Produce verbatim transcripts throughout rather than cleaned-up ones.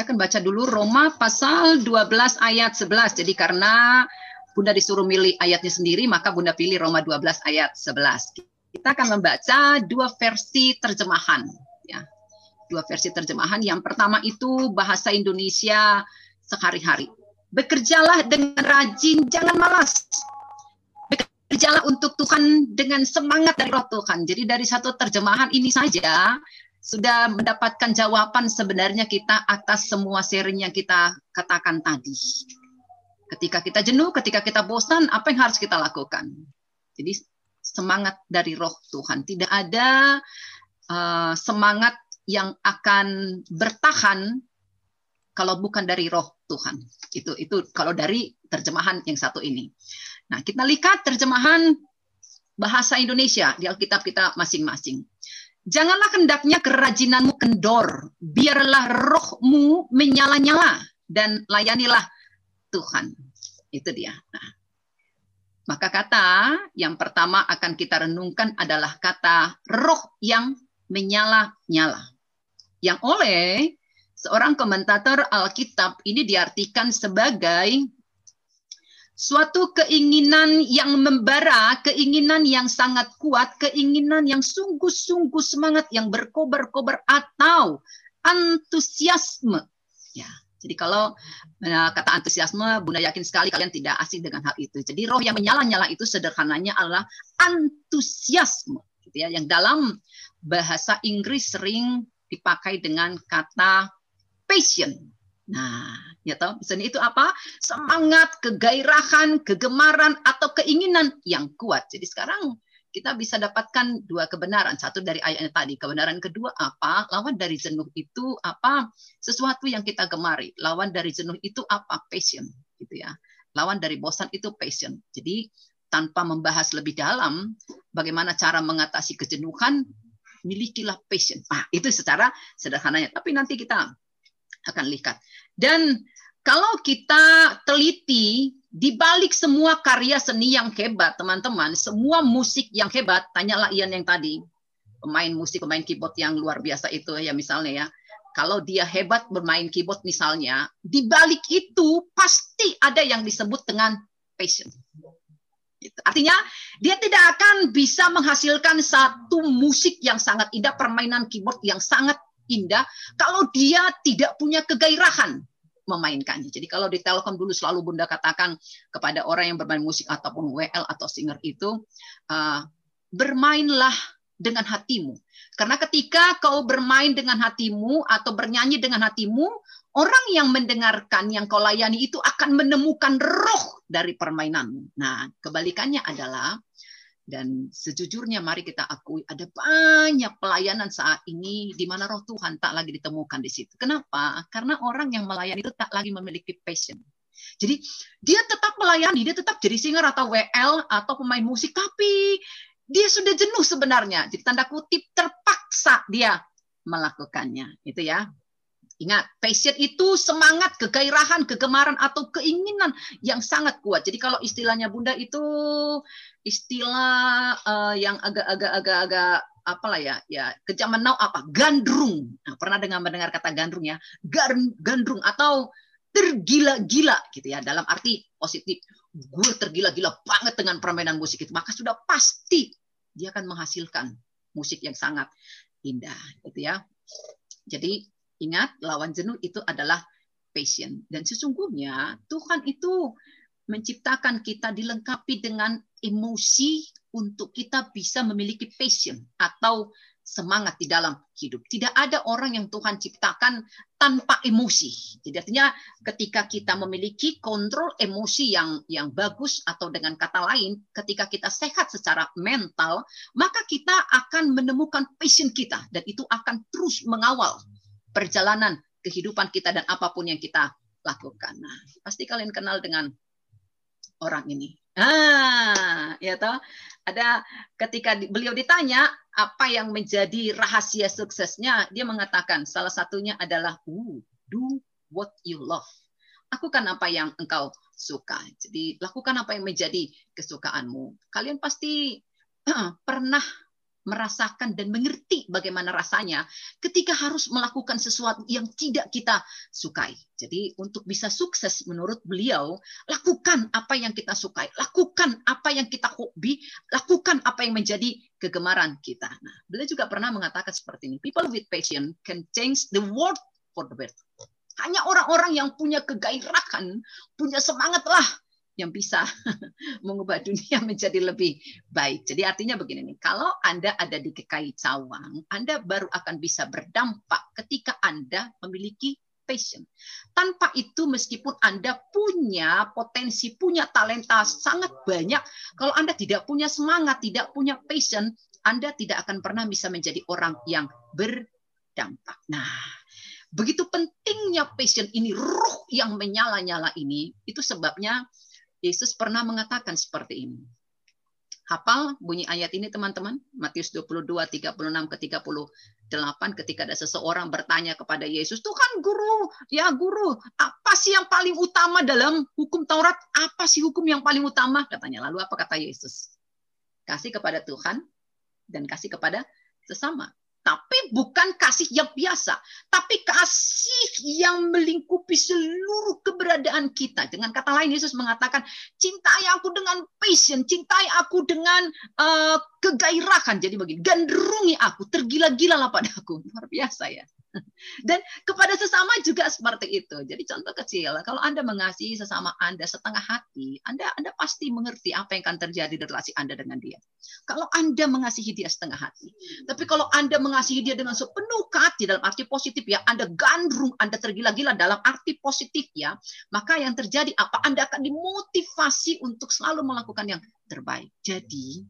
Kita akan baca dulu Roma pasal dua belas ayat sebelas. Jadi karena Bunda disuruh milih ayatnya sendiri, maka Bunda pilih Roma dua belas ayat sebelas. Kita akan membaca dua versi terjemahan. Ya, dua versi terjemahan. Yang pertama itu bahasa Indonesia sehari-hari. Bekerjalah dengan rajin, jangan malas. Bekerjalah untuk Tuhan dengan semangat dari roh Tuhan. Jadi dari satu terjemahan ini saja sudah mendapatkan jawaban sebenarnya kita atas semua sharing yang kita katakan tadi. Ketika kita jenuh, ketika kita bosan, apa yang harus kita lakukan? Jadi semangat dari roh Tuhan. Tidak ada uh, semangat yang akan bertahan kalau bukan dari roh Tuhan. Itu itu kalau dari terjemahan yang satu ini. Nah, kita lihat terjemahan bahasa Indonesia di Alkitab kita masing-masing. Janganlah hendaknya kerajinanmu kendor, biarlah rohmu menyala-nyala dan layanilah Tuhan. Itu dia. Nah, maka kata yang pertama akan kita renungkan adalah kata roh yang menyala-nyala. Yang oleh seorang komentator Alkitab ini diartikan sebagai suatu keinginan yang membara, keinginan yang sangat kuat, keinginan yang sungguh-sungguh semangat, yang berkobar-kobar atau antusiasme. Ya, jadi kalau uh, kata antusiasme, Bunda yakin sekali kalian tidak asing dengan hal itu. Jadi roh yang menyala-nyala itu sederhananya adalah antusiasme, gitu ya, yang dalam bahasa Inggris sering dipakai dengan kata passion. Nah, ya toh, misalnya itu apa? Semangat, kegairahan, kegemaran, atau keinginan yang kuat. Jadi sekarang kita bisa dapatkan dua kebenaran. Satu dari ayatnya tadi. Kebenaran kedua apa? Lawan dari jenuh itu apa? Sesuatu yang kita gemari. Lawan dari jenuh itu apa? Passion. Gitu ya. Lawan dari bosan itu passion. Jadi tanpa membahas lebih dalam bagaimana cara mengatasi kejenuhan, milikilah passion. Nah, itu secara sederhananya. Tapi nanti kita akan lihat. Dan kalau kita teliti di balik semua karya seni yang hebat, teman-teman, semua musik yang hebat, tanyalah Ian yang tadi, pemain musik, pemain keyboard yang luar biasa itu ya misalnya ya, kalau dia hebat bermain keyboard misalnya, di balik itu pasti ada yang disebut dengan passion. Artinya dia tidak akan bisa menghasilkan satu musik yang sangat indah, permainan keyboard yang sangat indah kalau dia tidak punya kegairahan memainkannya. Jadi kalau di Telkom dulu selalu Bunda katakan kepada orang yang bermain musik ataupun W L atau singer itu, uh, bermainlah dengan hatimu. Karena ketika kau bermain dengan hatimu atau bernyanyi dengan hatimu, orang yang mendengarkan, yang kau layani itu akan menemukan roh dari permainanmu. Nah, kebalikannya adalah, dan sejujurnya mari kita akui ada banyak pelayanan saat ini di mana roh Tuhan tak lagi ditemukan di situ. Kenapa? Karena orang yang melayani itu tak lagi memiliki passion. Jadi dia tetap melayani, dia tetap jadi singer atau W L atau pemain musik, tapi dia sudah jenuh sebenarnya. Jadi tanda kutip terpaksa dia melakukannya. Itu ya. Ingat, passion itu semangat, kegairahan, kegemaran, atau keinginan yang sangat kuat. Jadi kalau istilahnya Bunda itu istilah uh, yang agak-agak-agak apalah ya, ya ke zaman now apa? Gandrung. Nah, pernah dengar mendengar kata gandrung ya? Gandrung atau tergila-gila gitu ya, dalam arti positif. Gue tergila-gila banget dengan permainan musik itu, maka sudah pasti dia akan menghasilkan musik yang sangat indah, gitu ya. Jadi ingat, lawan jenuh itu adalah passion. Dan sesungguhnya Tuhan itu menciptakan kita dilengkapi dengan emosi untuk kita bisa memiliki passion atau semangat di dalam hidup. Tidak ada orang yang Tuhan ciptakan tanpa emosi. Jadi artinya ketika kita memiliki kontrol emosi yang yang bagus, atau dengan kata lain, ketika kita sehat secara mental, maka kita akan menemukan passion kita, dan itu akan terus mengawal perjalanan kehidupan kita dan apapun yang kita lakukan. Nah, pasti kalian kenal dengan orang ini. Ah, ya toh. Ada ketika beliau ditanya apa yang menjadi rahasia suksesnya, dia mengatakan salah satunya adalah uh, do what you love. Lakukan apa yang engkau suka. Jadi lakukan apa yang menjadi kesukaanmu. Kalian pasti pernah merasakan dan mengerti bagaimana rasanya ketika harus melakukan sesuatu yang tidak kita sukai. Jadi untuk bisa sukses menurut beliau, lakukan apa yang kita sukai, lakukan apa yang kita hobi, lakukan apa yang menjadi kegemaran kita. Nah, beliau juga pernah mengatakan seperti ini, people with passion can change the world for the better. Hanya orang-orang yang punya kegairahan, punya semangat lah yang bisa mengubah dunia menjadi lebih baik. Jadi artinya begini nih, kalau Anda ada di G K I Cawang, Anda baru akan bisa berdampak ketika Anda memiliki passion. Tanpa itu, meskipun Anda punya potensi, punya talenta sangat banyak, kalau Anda tidak punya semangat, tidak punya passion, Anda tidak akan pernah bisa menjadi orang yang berdampak. Nah, begitu pentingnya passion ini, ruh yang menyala-nyala ini, itu sebabnya Yesus pernah mengatakan seperti ini. Hafal bunyi ayat ini teman-teman? Matius dua puluh dua, tiga puluh enam ke tiga puluh delapan, ketika ada seseorang bertanya kepada Yesus, Tuhan guru, ya guru, apa sih yang paling utama dalam hukum Taurat? Apa sih hukum yang paling utama? Katanya. Lalu apa kata Yesus? Kasih kepada Tuhan dan kasih kepada sesama. Tapi bukan kasih yang biasa, tapi kasih yang melingkupi seluruh keberadaan kita. Dengan kata lain, Yesus mengatakan, cintai aku dengan passion, cintai aku dengan uh, kegairahan. Jadi begini, gandrungi aku, tergila-gilalah padaku. Luar biasa ya. Dan kepada sesama juga seperti itu. Jadi contoh kecil, kalau Anda mengasihi sesama Anda setengah hati, Anda Anda pasti mengerti apa yang akan terjadi di relasi Anda dengan dia. Kalau Anda mengasihi dia setengah hati, tapi kalau Anda mengasihi dia dengan sepenuh hati dalam arti positif ya, Anda gandrung, Anda tergila-gila dalam arti positif ya, maka yang terjadi apa? Anda akan dimotivasi untuk selalu melakukan yang terbaik. Jadi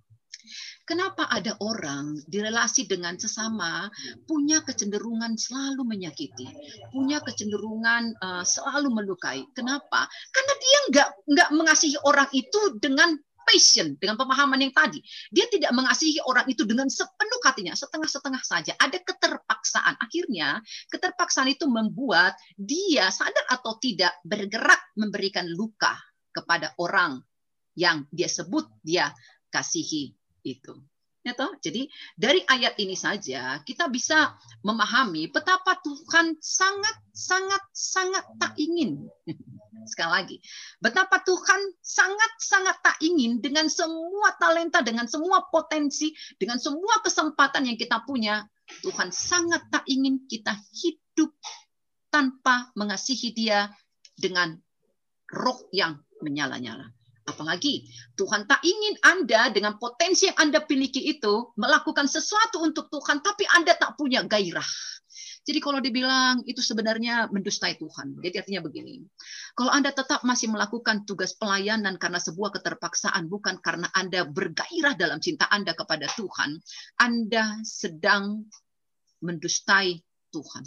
kenapa ada orang di relasi dengan sesama punya kecenderungan selalu menyakiti, punya kecenderungan uh, selalu melukai? Kenapa? Karena dia nggak nggak mengasihi orang itu dengan passion, dengan pemahaman yang tadi. Dia tidak mengasihi orang itu dengan sepenuh hatinya, setengah-setengah saja. Ada keterpaksaan. Akhirnya keterpaksaan itu membuat dia sadar atau tidak bergerak memberikan luka kepada orang yang dia sebut dia kasihi itu. Ya toh? Jadi dari ayat ini saja kita bisa memahami betapa Tuhan sangat sangat sangat tak ingin. Sekali lagi, betapa Tuhan sangat sangat tak ingin dengan semua talenta, dengan semua potensi, dengan semua kesempatan yang kita punya, Tuhan sangat tak ingin kita hidup tanpa mengasihi Dia dengan roh yang menyala-nyala. Apalagi Tuhan tak ingin Anda dengan potensi yang Anda miliki itu melakukan sesuatu untuk Tuhan, tapi Anda tak punya gairah. Jadi kalau dibilang itu sebenarnya mendustai Tuhan. Jadi artinya begini, kalau Anda tetap masih melakukan tugas pelayanan karena sebuah keterpaksaan, bukan karena Anda bergairah dalam cinta Anda kepada Tuhan, Anda sedang mendustai Tuhan.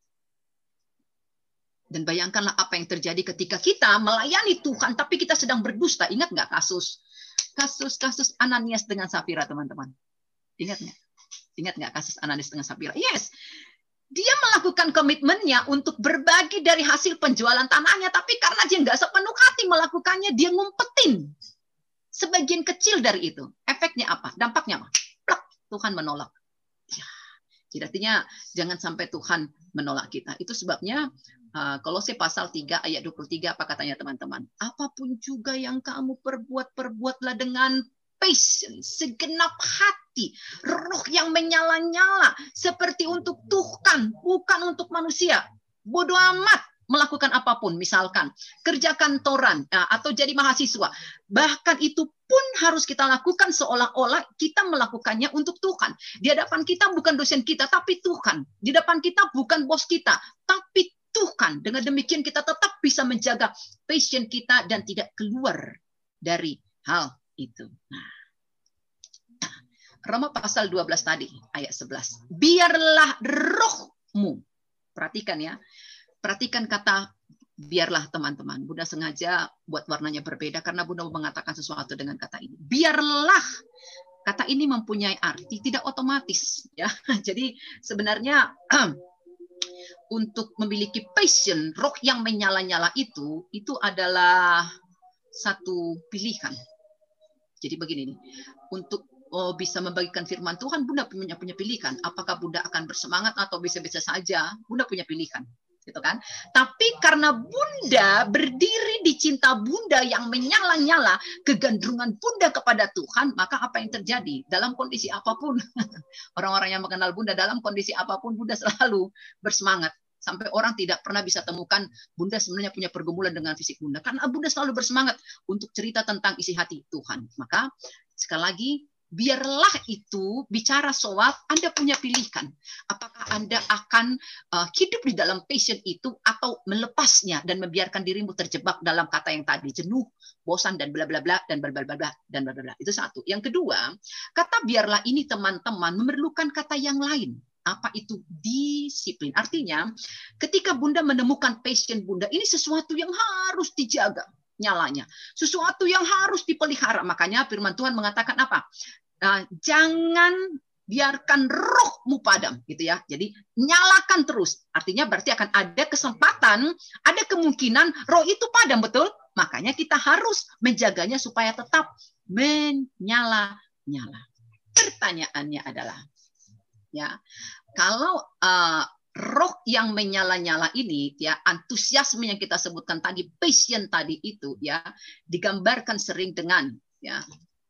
Dan bayangkanlah apa yang terjadi ketika kita melayani Tuhan, tapi kita sedang berdusta. Ingat nggak kasus kasus-kasus Ananias dengan Safira, teman-teman? Ingat nggak? Ingat nggak kasus Ananias dengan Safira? Yes, dia melakukan komitmennya untuk berbagi dari hasil penjualan tanahnya, tapi karena dia nggak sepenuh hati melakukannya, dia ngumpetin sebagian kecil dari itu. Efeknya apa? Dampaknya apa? Plak, Tuhan menolak. Ya, jadi artinya jangan sampai Tuhan menolak kita. Itu sebabnya Uh, Kolose pasal tiga ayat dua puluh tiga, apa katanya teman-teman? Apapun juga yang kamu perbuat, perbuatlah dengan passion, segenap hati, roh yang menyala-nyala, seperti untuk Tuhan, bukan untuk manusia. Bodoh amat melakukan apapun, misalkan kerja kantoran uh, atau jadi mahasiswa. Bahkan itu pun harus kita lakukan seolah-olah kita melakukannya untuk Tuhan. Di hadapan kita bukan dosen kita, tapi Tuhan. Di depan kita bukan bos kita, tapi Tuhan. Dengan demikian kita tetap bisa menjaga passion kita dan tidak keluar dari hal itu. Nah, Roma pasal dua belas tadi, ayat sebelas. Biarlah rohmu. Perhatikan ya. Perhatikan kata biarlah, teman-teman. Bunda sengaja buat warnanya berbeda karena Bunda mengatakan sesuatu dengan kata ini. Biarlah. Kata ini mempunyai arti tidak otomatis ya. Jadi sebenarnya untuk memiliki passion, roh yang menyala-nyala itu, itu adalah satu pilihan. Jadi begini nih, untuk oh, bisa membagikan firman Tuhan, Bunda punya punya pilihan. Apakah Bunda akan bersemangat atau bisa-bisa saja? Bunda punya pilihan, gitu kan? Tapi karena Bunda berdiri di cinta Bunda yang menyala-nyala, kegandrungan Bunda kepada Tuhan, maka apa yang terjadi dalam kondisi apapun, orang-orang yang mengenal Bunda dalam kondisi apapun, Bunda selalu bersemangat. Sampai orang tidak pernah bisa temukan Bunda sebenarnya punya pergumulan dengan fisik Bunda. Karena Bunda selalu bersemangat untuk cerita tentang isi hati Tuhan. Maka sekali lagi, biarlah itu bicara soal Anda punya pilihan. Apakah Anda akan uh, hidup di dalam passion itu atau melepasnya dan membiarkan dirimu terjebak dalam kata yang tadi, jenuh, bosan, dan bla bla bla, dan bla bla bla, dan bla bla bla. Itu satu. Yang kedua, kata biarlah ini teman-teman memerlukan kata yang lain. Apa itu disiplin? Artinya, ketika Bunda menemukan passion Bunda, ini sesuatu yang harus dijaga nyalanya. Sesuatu yang harus dipelihara. Makanya firman Tuhan mengatakan apa? Uh, jangan biarkan rohmu padam, gitu ya. Jadi nyalakan terus. Artinya berarti akan ada kesempatan, ada kemungkinan roh itu padam, betul? Makanya kita harus menjaganya supaya tetap menyala-nyala. Pertanyaannya adalah, ya, kalau uh, roh yang menyala-nyala ini, ya, antusiasme yang kita sebutkan tadi, passion tadi itu, ya, digambarkan sering dengan, ya,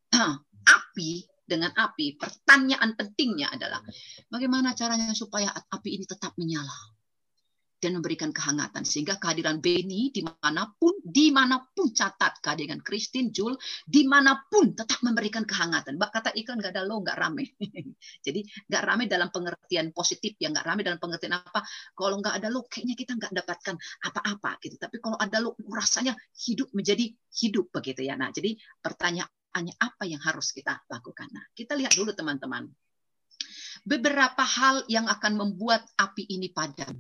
api. Dengan api, pertanyaan pentingnya adalah bagaimana caranya supaya api ini tetap menyala dan memberikan kehangatan, sehingga kehadiran Beni dimanapun, dimanapun catat kehadiran Christine, Jul, dimanapun tetap memberikan kehangatan. Mbak kata iklan nggak ada lo, nggak rame. Jadi nggak rame dalam pengertian positif, ya nggak rame dalam pengertian apa. Kalau nggak ada lo, kayaknya kita nggak dapatkan apa-apa gitu. Tapi kalau ada lo, rasanya hidup menjadi hidup begitu ya. Nah, jadi pertanyaannya apa yang harus kita lakukan? Nah, kita lihat dulu teman-teman. Beberapa hal yang akan membuat api ini padam.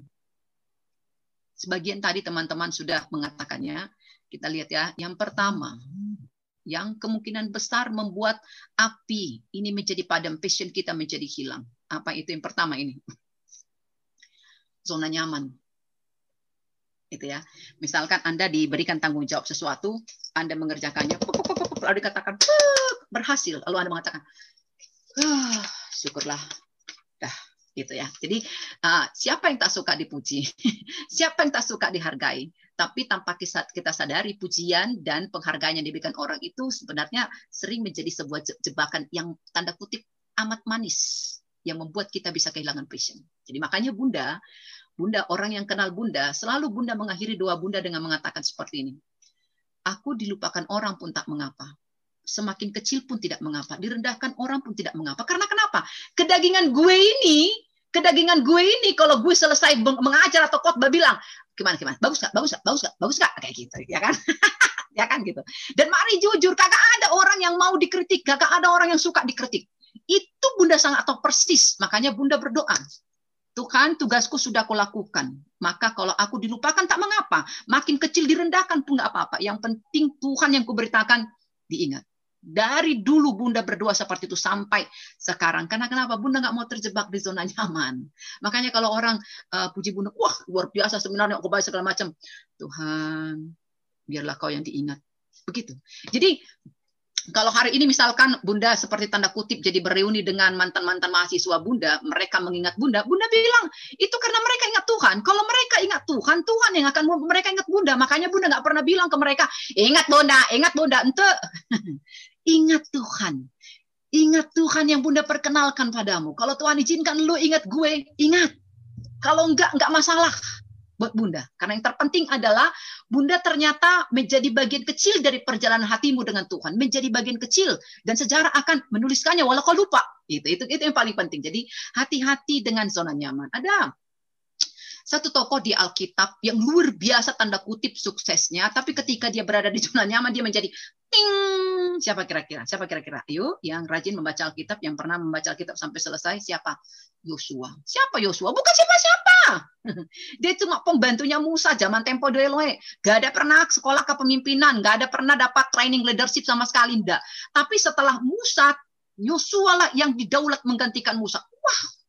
Sebagian tadi teman-teman sudah mengatakannya. Kita lihat ya. Yang pertama, yang kemungkinan besar membuat api ini menjadi padam, passion kita menjadi hilang. Apa itu yang pertama ini? Zona nyaman. Itu ya. Misalkan Anda diberikan tanggung jawab sesuatu, Anda mengerjakannya, lalu dikatakan berhasil, lalu Anda mengatakan, ah, syukurlah, dah. Gitu ya. Jadi uh, siapa yang tak suka dipuji? Siapa yang tak suka dihargai? Tapi tanpa kita sadari, pujian dan penghargaan yang diberikan orang itu sebenarnya sering menjadi sebuah jebakan yang tanda kutip amat manis, yang membuat kita bisa kehilangan passion. Jadi makanya Bunda, Bunda orang yang kenal Bunda, selalu Bunda mengakhiri doa Bunda dengan mengatakan seperti ini. Aku dilupakan orang pun tak mengapa. Semakin kecil pun tidak mengapa, direndahkan orang pun tidak mengapa. Karena kenapa? Kedagingan gue ini, kedagingan gue ini, kalau gue selesai mengajar atau khotbah bilang, gimana gimana, bagus gak, bagus gak, bagus gak, bagus gak, kayak gitu, ya kan? Ya kan gitu. Dan mari jujur, kagak ada orang yang mau dikritik, kagak ada orang yang suka dikritik. Itu Bunda sangat tahu persis. Makanya Bunda berdoa, Tuhan, tugasku sudah kulakukan. Maka kalau aku dilupakan tak mengapa, makin kecil direndahkan pun nggak apa-apa. Yang penting Tuhan yang kuberitakan diingat. Dari dulu Bunda berdoa seperti itu sampai sekarang. Karena kenapa? Bunda nggak mau terjebak di zona nyaman. Makanya kalau orang uh, puji Bunda, wah luar biasa seminarnya, aku baik segala macam. Tuhan, biarlah kau yang diingat. Begitu. Jadi kalau hari ini misalkan Bunda seperti tanda kutip jadi bereuni dengan mantan-mantan mahasiswa Bunda, mereka mengingat Bunda, Bunda bilang, itu karena mereka ingat Tuhan. Kalau mereka ingat Tuhan, Tuhan yang akan mereka ingat Bunda. Makanya Bunda nggak pernah bilang ke mereka, ingat Bunda, ingat Bunda. Ente. Ingat Tuhan. Ingat Tuhan yang Bunda perkenalkan padamu. Kalau Tuhan izinkan lu ingat gue, ingat. Kalau enggak, enggak masalah buat Bunda. Karena yang terpenting adalah Bunda ternyata menjadi bagian kecil dari perjalanan hatimu dengan Tuhan. Menjadi bagian kecil. Dan sejarah akan menuliskannya walau kau lupa. Itu, itu, itu yang paling penting. Jadi hati-hati dengan zona nyaman. Ada satu tokoh di Alkitab yang luar biasa tanda kutip suksesnya. Tapi ketika dia berada di zona nyaman, dia menjadi ting. Siapa kira-kira? Siapa kira-kira? Ayo, yang rajin membaca Alkitab, yang pernah membaca Alkitab sampai selesai, siapa? Yosua. Siapa Yosua? Bukan siapa-siapa. Dia cuma pembantunya Musa zaman tempo dulu. Gak ada pernah sekolah kepemimpinan, gak ada pernah dapat training leadership sama sekali, enggak. Tapi setelah Musa, Yosua lah yang didaulat menggantikan Musa. Wah,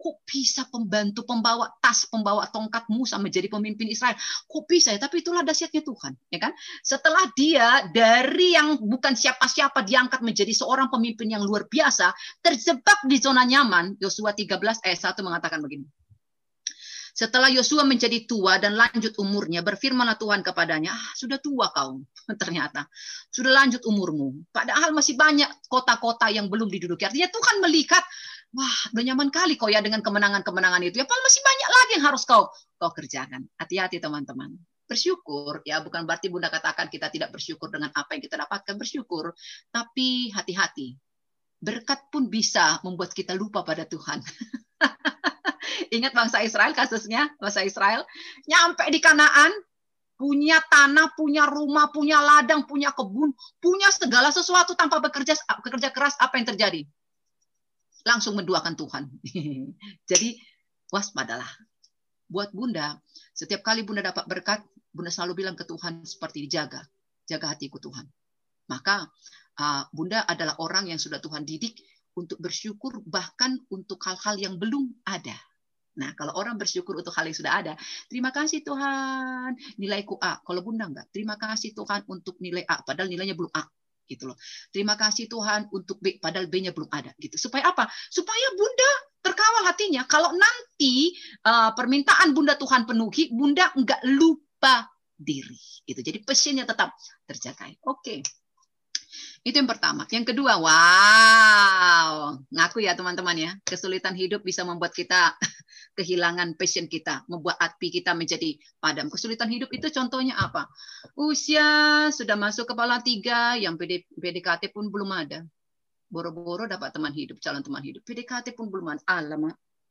kok bisa pembantu, pembawa tas, pembawa tongkat Musa menjadi pemimpin Israel? Kok bisa ya? Tapi itulah dahsyatnya Tuhan, ya kan? Setelah dia dari yang bukan siapa-siapa diangkat menjadi seorang pemimpin yang luar biasa, terjebak di zona nyaman. Yosua tiga belas ayat satu mengatakan begini. Setelah Yosua menjadi tua dan lanjut umurnya, berfirmanlah Tuhan kepadanya, ah, sudah tua kau, ternyata. Sudah lanjut umurmu. Padahal masih banyak kota-kota yang belum diduduki. Artinya Tuhan melihat, wah, udah nyaman kali kau ya dengan kemenangan-kemenangan itu. Ya, masih banyak lagi yang harus kau kau kerjakan. Hati-hati teman-teman. Bersyukur, ya bukan berarti Bunda katakan kita tidak bersyukur dengan apa yang kita dapatkan. Bersyukur, tapi hati-hati. Berkat pun bisa membuat kita lupa pada Tuhan. Ingat bangsa Israel kasusnya, bangsa Israel nyampe di Kanaan, punya tanah, punya rumah, punya ladang, punya kebun, punya segala sesuatu tanpa bekerja bekerja keras, apa yang terjadi? Langsung menduakan Tuhan. Jadi waspadalah. Buat Bunda, setiap kali Bunda dapat berkat, Bunda selalu bilang ke Tuhan seperti dijaga, jaga hatiku Tuhan. Maka uh, Bunda adalah orang yang sudah Tuhan didik untuk bersyukur bahkan untuk hal-hal yang belum ada. Nah, kalau orang bersyukur untuk hal yang sudah ada, terima kasih Tuhan, nilaiku A. Kalau Bunda enggak, terima kasih Tuhan untuk nilai A, padahal nilainya belum A, gitu loh. Terima kasih Tuhan untuk B, padahal B-nya belum ada, gitu. Supaya apa? Supaya Bunda terkawal hatinya. Kalau nanti uh, permintaan Bunda Tuhan penuhi, Bunda enggak lupa diri, gitu. Jadi passionnya tetap terjaga. Oke. Itu yang pertama. Yang kedua, wow, ngaku ya teman-teman ya, kesulitan hidup bisa membuat kita kehilangan passion kita, membuat api kita menjadi padam. Kesulitan hidup itu contohnya apa? Usia sudah masuk kepala tiga, yang P D K T pun belum ada. Boro-boro dapat teman hidup, calon teman hidup. P D K T pun belum ada. Alamak.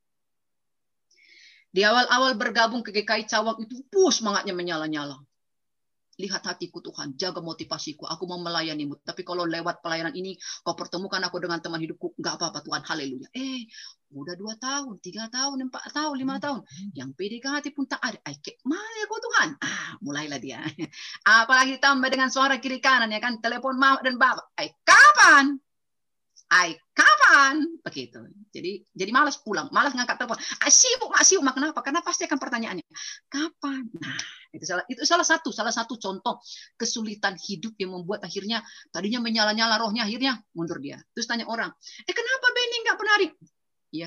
Di awal-awal bergabung ke G K I Cawang itu, push semangatnya menyala-nyala. Lihat hatiku Tuhan, jaga motivasiku, aku mau melayanimu. Tapi kalau lewat pelayanan ini, kau pertemukan aku dengan teman hidupku, nggak apa-apa Tuhan, haleluya. Eh, udah dua tahun, tiga tahun, empat tahun, lima tahun. Yang P D K T pun tak ada. Ay, mana ya kau Tuhan? Ah, mulailah dia. Apalagi ditambah dengan suara kiri kanan, ya kan, telepon mama dan bapak. Ay, kapan? Ay, kapan? Begitu. Jadi jadi malas pulang, malas ngangkat telepon. Ay, sibuk, mak sibuk, mak kenapa? Karena pasti akan pertanyaannya, kapan? Nah, itu salah itu salah satu salah satu contoh kesulitan hidup yang membuat akhirnya tadinya menyala-nyala rohnya, akhirnya mundur dia. Terus tanya orang, eh kenapa Benny nggak penari? Iya.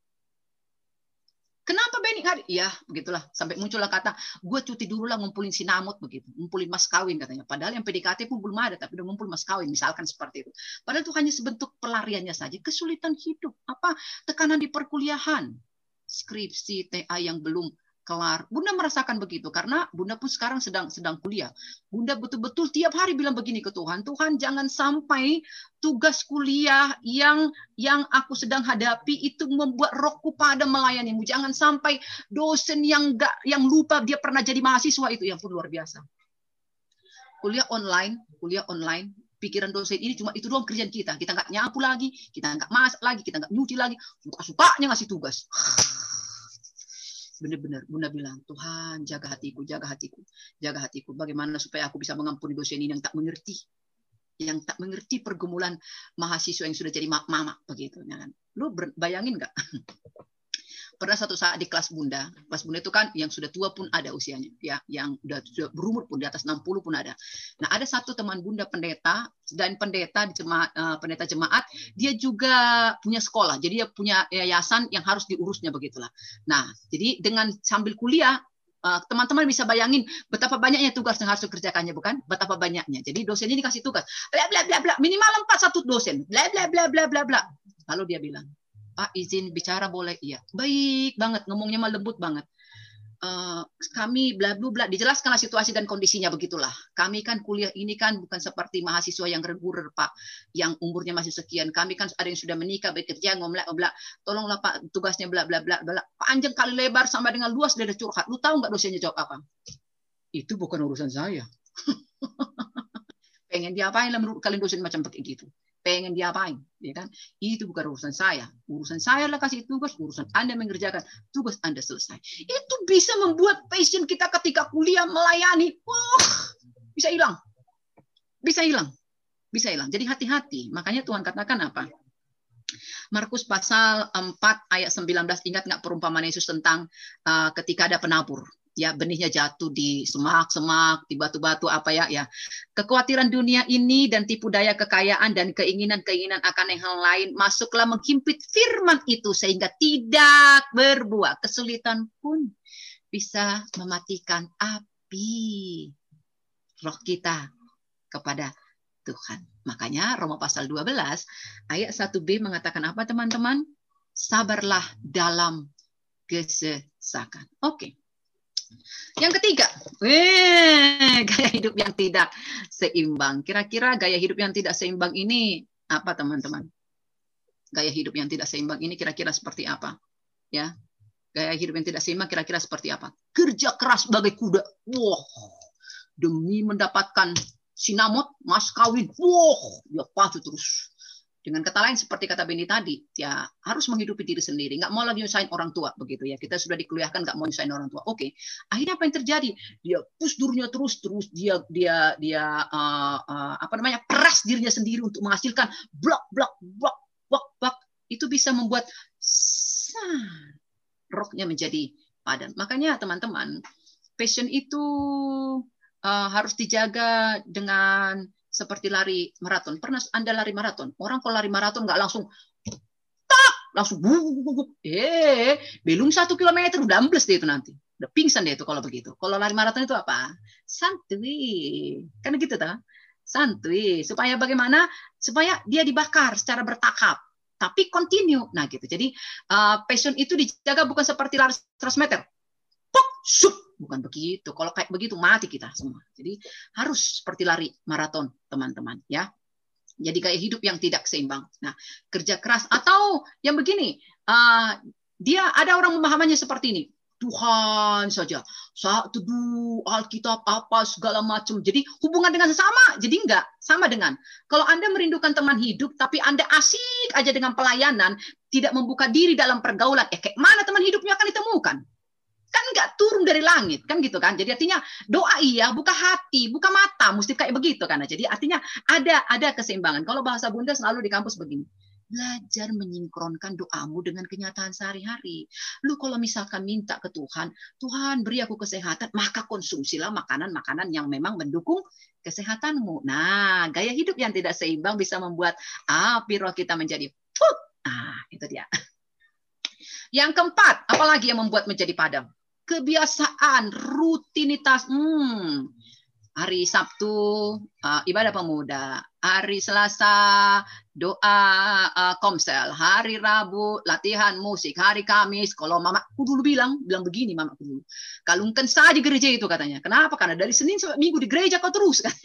Kenapa Benny nggak? Iya, begitulah. Sampai muncullah kata, gue cuti dulu lah ngumpulin sinamut begitu, ngumpulin mas kawin katanya. Padahal yang P D K T pun belum ada, tapi udah ngumpul mas kawin, misalkan seperti itu. Padahal itu hanya sebentuk pelariannya saja. Kesulitan hidup, apa tekanan di perkuliahan, skripsi, T A yang belum kelar. Bunda merasakan begitu karena Bunda pun sekarang sedang sedang kuliah. Bunda betul-betul tiap hari bilang begini ke Tuhan, Tuhan jangan sampai tugas kuliah yang yang aku sedang hadapi itu membuat rohku pada melayanimu. Jangan sampai dosen yang enggak yang lupa dia pernah jadi mahasiswa itu, yang pun luar biasa. Kuliah online, kuliah online. Pikiran dosen ini cuma itu doang kerjaan kita. Kita nggak nyapu lagi, kita nggak masak lagi, kita nggak nyuci lagi. Suka-sukanya ngasih tugas. Benar-benar Bunda bilang, Tuhan jaga hatiku, jaga hatiku, jaga hatiku. Bagaimana supaya aku bisa mengampuni dosen ini yang tak mengerti, yang tak mengerti pergumulan mahasiswa yang sudah jadi mama begitu. Lu bayangin nggak? Pernah satu saat di kelas Bunda, kelas Bunda itu kan yang sudah tua pun ada usianya, ya, yang udah, sudah berumur pun di atas enam puluh pun ada. Nah, ada satu teman Bunda pendeta dan pendeta di jemaat, uh, pendeta jemaat, dia juga punya sekolah, jadi dia punya yayasan yang harus diurusnya begitulah. Nah, jadi dengan sambil kuliah teman-teman uh, bisa bayangin betapa banyaknya tugas yang harus dikerjakannya, bukan? Betapa banyaknya. Jadi dosen ini kasih tugas, bla bla bla bla, minimal empat satu dosen, bla bla bla bla bla bla. Lalu dia bilang, Pak izin bicara boleh? Iya. Baik banget, ngomongnya mah lembut banget. Uh, kami bla bla bla, dijelaskanlah situasi dan kondisinya begitulah. Kami kan kuliah ini kan bukan seperti mahasiswa yang reguler Pak, yang umurnya masih sekian. Kami kan ada yang sudah menikah, bekerja, ngomlak ngomlak. Tolonglah Pak, tugasnya bla bla bla bla. Panjang kali lebar sampai dengan luas, dia ada curhat. Lu tahu nggak dosennya jawab apa? Itu bukan urusan saya. Pengen diapain lah menurut kalian dosen macam kayak gitu? Pengen diapain, ya kan? Itu bukan urusan saya. Urusan saya lah kasih tugas, urusan Anda mengerjakan, tugas Anda selesai. Itu bisa membuat passion kita ketika kuliah melayani, wah, bisa hilang. Bisa hilang. Bisa hilang. Jadi hati-hati. Makanya Tuhan katakan apa? Markus pasal empat ayat sembilan belas, ingat nggak perumpamaan Yesus tentang uh, ketika ada penabur, ya benihnya jatuh di semak-semak, di batu-batu apa ya, ya. Kekhawatiran dunia ini dan tipu daya kekayaan dan keinginan-keinginan akan yang hal lain masuklah menghimpit firman itu sehingga tidak berbuah. Kesulitan pun bisa mematikan api roh kita kepada Tuhan. Makanya Roma pasal dua belas ayat satu b mengatakan apa teman-teman? Sabarlah dalam kesesakan. Oke. Yang ketiga, weh, gaya hidup yang tidak seimbang. Kira-kira gaya hidup yang tidak seimbang ini apa teman-teman? Gaya hidup yang tidak seimbang ini kira-kira seperti apa? Ya, gaya hidup yang tidak seimbang kira-kira seperti apa? Kerja keras bagai kuda. Wah, demi mendapatkan sinamot, mas kawin. Wah, ya patuh terus. Dengan kata lain seperti kata Benny tadi, ya harus menghidupi diri sendiri, nggak mau lagi nyusahin orang tua begitu ya. Kita sudah dikuliahkan nggak mau nyusahin orang tua. Oke, akhirnya apa yang terjadi? Dia push durnya terus terus dia dia dia uh, uh, apa namanya peras dirinya sendiri untuk menghasilkan blok blok blok blok blok. Itu bisa membuat sah, rohnya menjadi padan. Makanya teman-teman, passion itu uh, harus dijaga dengan seperti lari maraton. Pernah Anda lari maraton? Orang kalau lari maraton nggak langsung tak, langsung buk, buk, buk. Eh, belum satu kilometer udah ambles deh itu nanti. Udah pingsan deh itu kalau begitu. Kalau lari maraton itu apa? Santuy. Kan gitu tak? Santuy. Supaya bagaimana? Supaya dia dibakar secara bertahap. Tapi continue. Nah gitu. Jadi uh, passion itu dijaga bukan seperti lari seratus meter. Pok, sup. Bukan begitu. Kalau kayak begitu mati kita semua. Jadi harus seperti lari maraton, teman-teman, ya. Jadi gaya hidup yang tidak seimbang. Nah, kerja keras atau yang begini, uh, dia ada orang memahaminya seperti ini. Tuhan saja, saat teduh Alkitab apa segala macam. Jadi hubungan dengan sesama, jadi enggak sama dengan. Kalau Anda merindukan teman hidup, tapi Anda asik aja dengan pelayanan, tidak membuka diri dalam pergaulan, eh kayak mana teman hidupnya akan ditemukan? Kan nggak turun dari langit, kan gitu kan. Jadi artinya doa iya, buka hati, buka mata, mesti kayak begitu kan. Jadi artinya ada ada keseimbangan. Kalau bahasa Bunda selalu di kampus begini, belajar menyinkronkan doamu dengan kenyataan sehari-hari. Lu kalau misalkan minta ke Tuhan, Tuhan beri aku kesehatan, maka konsumsilah makanan-makanan yang memang mendukung kesehatanmu. Nah, gaya hidup yang tidak seimbang bisa membuat api roh kita menjadi put. Nah, itu dia. Yang keempat, apalagi yang membuat menjadi padam? Kebiasaan, rutinitas. Hmm. Hari Sabtu uh, ibadah pemuda, hari Selasa doa uh, komsel, hari Rabu latihan musik, hari Kamis kalau mamaku dulu bilang, bilang begini mamaku dulu, kalungkan saja gereja itu katanya. Kenapa? Karena dari Senin sampai Minggu di gereja kau terus kan.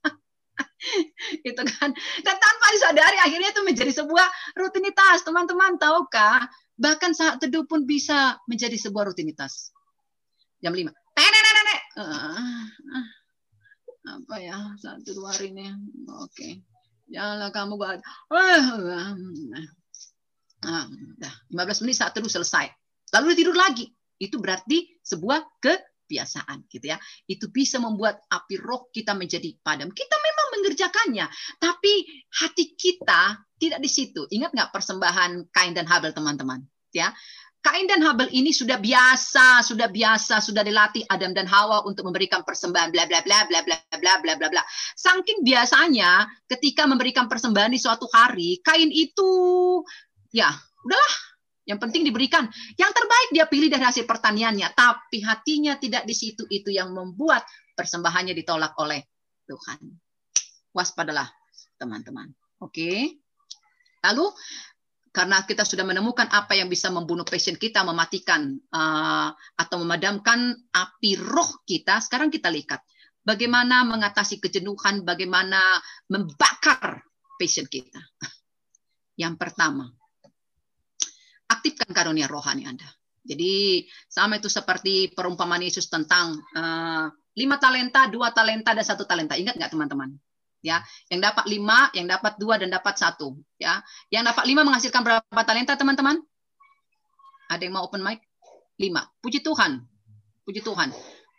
Itu kan. Dan tanpa disadari akhirnya itu menjadi sebuah rutinitas. Teman-teman tahukah? Bahkan saat teduh pun bisa menjadi sebuah rutinitas. Jam lima. Nenek, nenek, nenek. Uh, uh, apa ya? Satu dua hari ini. Oke. Okay. Janganlah kamu buat. Uh, uh, uh, uh, lima belas menit saat teduh selesai. Lalu tidur lagi. Itu berarti sebuah kebiasaan, gitu ya. Itu bisa membuat api roh kita menjadi padam. Kita memang mengerjakannya, tapi hati kita tidak di situ. Ingat nggak persembahan Kain dan Habel, teman-teman? Ya, Kain dan Habel ini sudah biasa, sudah biasa, sudah dilatih Adam dan Hawa untuk memberikan persembahan bla bla bla bla bla bla bla bla bla. Saking biasanya ketika memberikan persembahan di suatu hari, Kain itu ya udahlah, yang penting diberikan. Yang terbaik dia pilih dari hasil pertaniannya, tapi hatinya tidak di situ. Itu yang membuat persembahannya ditolak oleh Tuhan. Waspadalah, teman-teman. Oke. Lalu karena kita sudah menemukan apa yang bisa membunuh passion kita, mematikan uh, atau memadamkan api roh kita, sekarang kita lihat bagaimana mengatasi kejenuhan, bagaimana membakar passion kita. Yang pertama, aktifkan karunia rohani Anda. Jadi sama itu seperti perumpamaan Yesus tentang uh, lima talenta, dua talenta, dan satu talenta. Ingat nggak teman-teman? Ya, yang dapat lima, yang dapat dua, dan dapat satu. Ya, yang dapat lima menghasilkan berapa talenta, teman-teman? Ada yang mau open mic? Lima. Puji Tuhan, puji Tuhan.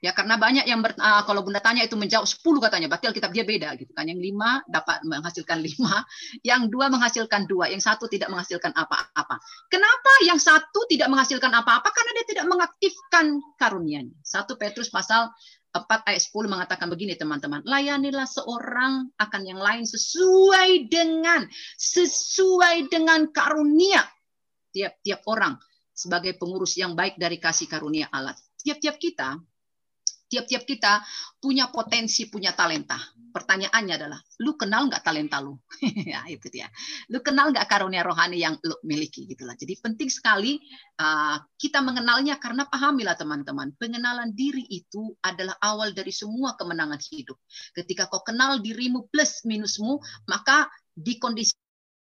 Ya, karena banyak yang ber, uh, kalau Bunda tanya itu menjawab sepuluh katanya, berarti Alkitab dia beda gitu kan. Yang lima dapat menghasilkan lima, yang dua menghasilkan dua, yang satu tidak menghasilkan apa-apa. Kenapa yang satu tidak menghasilkan apa-apa? Karena dia tidak mengaktifkan karunia-Nya. satu Petrus pasal empat ayat sepuluh mengatakan begini, teman-teman. Layanilah seorang akan yang lain sesuai dengan sesuai dengan karunia tiap-tiap orang sebagai pengurus yang baik dari kasih karunia Allah. Tiap-tiap kita Tiap-tiap kita punya potensi, punya talenta. Pertanyaannya adalah, lu kenal nggak talenta lu? Ya, itu dia. Lu kenal nggak karunia rohani yang lu miliki? Gitulah. Jadi penting sekali uh, kita mengenalnya, karena pahamilah teman-teman, pengenalan diri itu adalah awal dari semua kemenangan hidup. Ketika kau kenal dirimu plus minusmu, maka di kondisi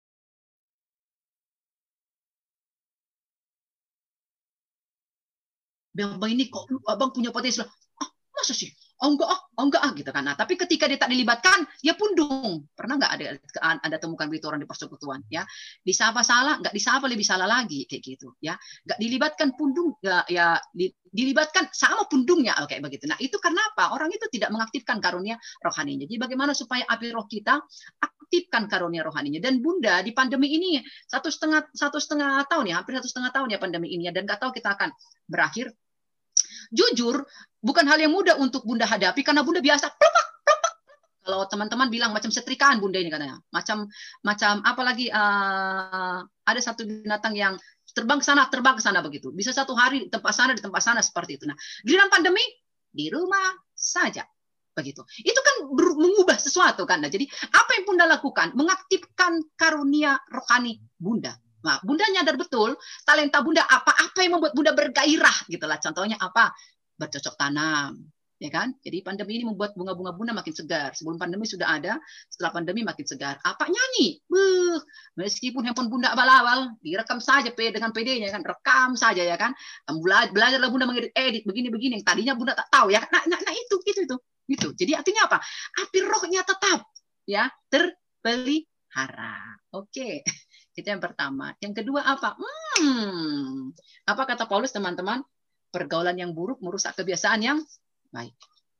Bang ini kok abang punya potensi, masa sih? Oh enggak, ah, oh enggak ah gitu kan. Nah, tapi ketika dia tak dilibatkan, dia pundung. Pernah nggak ada ada temukan berita orang di persekutuan ya? Disapa salah, nggak disapa lebih salah lagi kayak gitu ya. Nggak dilibatkan pundung, ya, ya di, dilibatkan sama pundungnya oh, kayak begitu. Nah, itu karena apa? Orang itu tidak mengaktifkan karunia rohaninya. Jadi bagaimana supaya api roh kita aktifkan karunia rohaninya? Dan Bunda di pandemi ini satu setengah satu setengah tahun ya, hampir satu setengah tahun ya pandemi ini ya, dan nggak tahu kita akan berakhir. Jujur, bukan hal yang mudah untuk Bunda hadapi, karena Bunda biasa plepak, plepak. Kalau teman-teman bilang macam setrikaan Bunda ini katanya, macam macam apalagi uh, ada satu binatang yang terbang ke sana, terbang ke sana begitu. Bisa satu hari di tempat sana, di tempat sana seperti itu. Nah, giliran pandemi di rumah saja begitu. Itu kan mengubah sesuatu kan. Nah, jadi apa yang Bunda lakukan? Mengaktifkan karunia rohani Bunda. Nah, Bunda nyadar betul talenta Bunda apa-apa yang membuat Bunda bergairah gitulah. Contohnya apa? Bercocok tanam, ya kan? Jadi pandemi ini membuat bunga-bunga Bunda makin segar. Sebelum pandemi sudah ada, setelah pandemi makin segar. Apa nyanyi? Buh, meskipun handphone Bunda abal-abal, direkam saja dengan P D-nya kan, rekam saja ya kan. Belajarlah Bunda mengedit begini-begini yang tadinya Bunda tak tahu ya. Nah, nah, nah itu itu itu. Gitu. Jadi artinya apa? Api rohnya tetap ya terpelihara. Oke. Itu yang pertama. Yang kedua apa? Hmm, apa kata Paulus teman-teman? Pergaulan yang buruk merusak kebiasaan yang baik.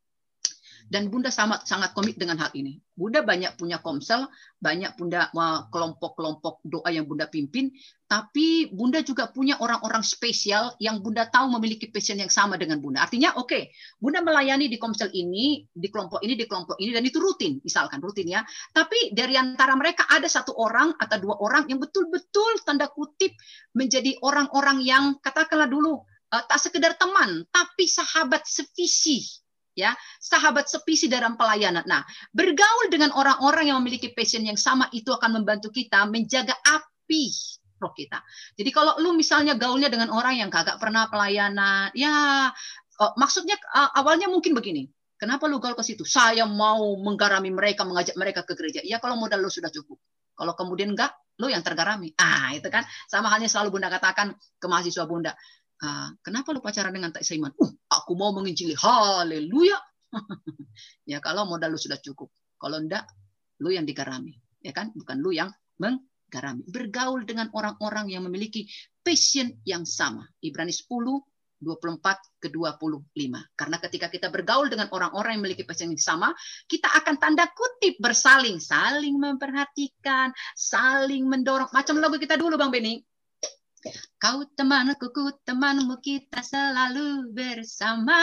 Dan Bunda sangat sangat komit dengan hal ini. Bunda banyak punya komsel, banyak Bunda kelompok-kelompok doa yang Bunda pimpin, tapi Bunda juga punya orang-orang spesial yang Bunda tahu memiliki passion yang sama dengan Bunda. Artinya, oke, okay, Bunda melayani di komsel ini, di kelompok ini, di kelompok ini, dan itu rutin, misalkan rutin ya. Tapi dari antara mereka ada satu orang atau dua orang yang betul-betul tanda kutip menjadi orang-orang yang katakanlah dulu uh, tak sekedar teman, tapi sahabat sevisi. Ya, sahabat sevisi dalam pelayanan. Nah, bergaul dengan orang-orang yang memiliki passion yang sama itu akan membantu kita menjaga api roh kita. Jadi kalau lu misalnya gaulnya dengan orang yang kagak pernah pelayanan, ya oh, maksudnya uh, awalnya mungkin begini. Kenapa lu gaul ke situ? Saya mau menggarami mereka, mengajak mereka ke gereja. Ya kalau modal lu sudah cukup. Kalau kemudian enggak, lu yang tergarami. Ah, itu kan sama halnya selalu Bunda katakan ke mahasiswa Bunda. Uh, kenapa lu pacaran dengan tak seiman? Uh, aku mau menginjili. Haleluya. Ya kalau modal lu sudah cukup. Kalau enggak, lu yang digarami. Ya kan? Bukan lu yang menggarami. Bergaul dengan orang-orang yang memiliki passion yang sama. Ibrani sepuluh, dua puluh empat ke dua puluh lima. Karena ketika kita bergaul dengan orang-orang yang memiliki passion yang sama, kita akan tanda kutip bersaling. Saling memperhatikan, saling mendorong. Macam lagu kita dulu Bang Beni. Kau temanku, ku temanmu, kita selalu bersama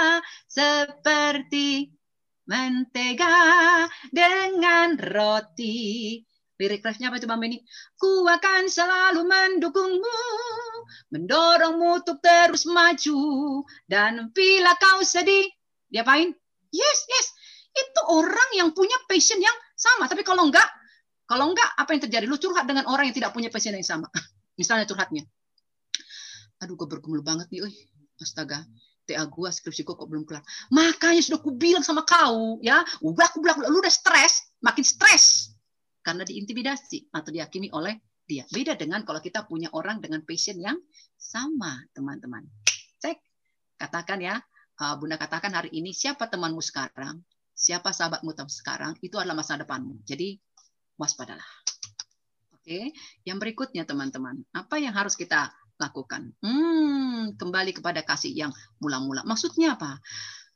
seperti mentega dengan roti. Lirik refnya apa coba Beni? Ku akan selalu mendukungmu, mendorongmu untuk terus maju, dan bila kau sedih, diapain? Yes, yes. Itu orang yang punya passion yang sama. Tapi kalau enggak, kalau enggak apa yang terjadi? Lu curhat dengan orang yang tidak punya passion yang sama. Misalnya curhatnya, aduh gue bergumul banget nih, oi, astaga, T A gua skripsiku kok belum kelar. Makanya sudah aku bilang sama kau, ya, udah aku bilang, lu udah stres, makin stres karena diintimidasi atau dihakimi oleh dia. Beda dengan kalau kita punya orang dengan passion yang sama, teman-teman. Cek, katakan ya, uh, Bunda katakan hari ini siapa temanmu sekarang, siapa sahabatmu sekarang, itu adalah masa depanmu. Jadi waspadalah. Oke, yang berikutnya teman-teman, apa yang harus kita lakukan? Hmm, kembali kepada kasih yang mula-mula. Maksudnya apa?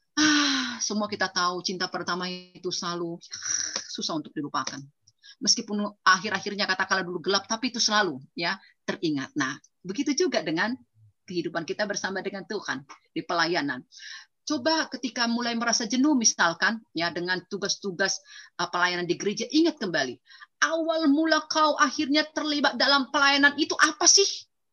semua kita tahu cinta pertama itu selalu susah untuk dilupakan. Meskipun akhir-akhirnya katakanlah dulu gelap, tapi itu selalu ya teringat. Nah, begitu juga dengan kehidupan kita bersama dengan Tuhan di pelayanan. Coba ketika mulai merasa jenuh misalkan ya dengan tugas-tugas uh, pelayanan di gereja, ingat kembali awal mula kau akhirnya terlibat dalam pelayanan itu apa sih?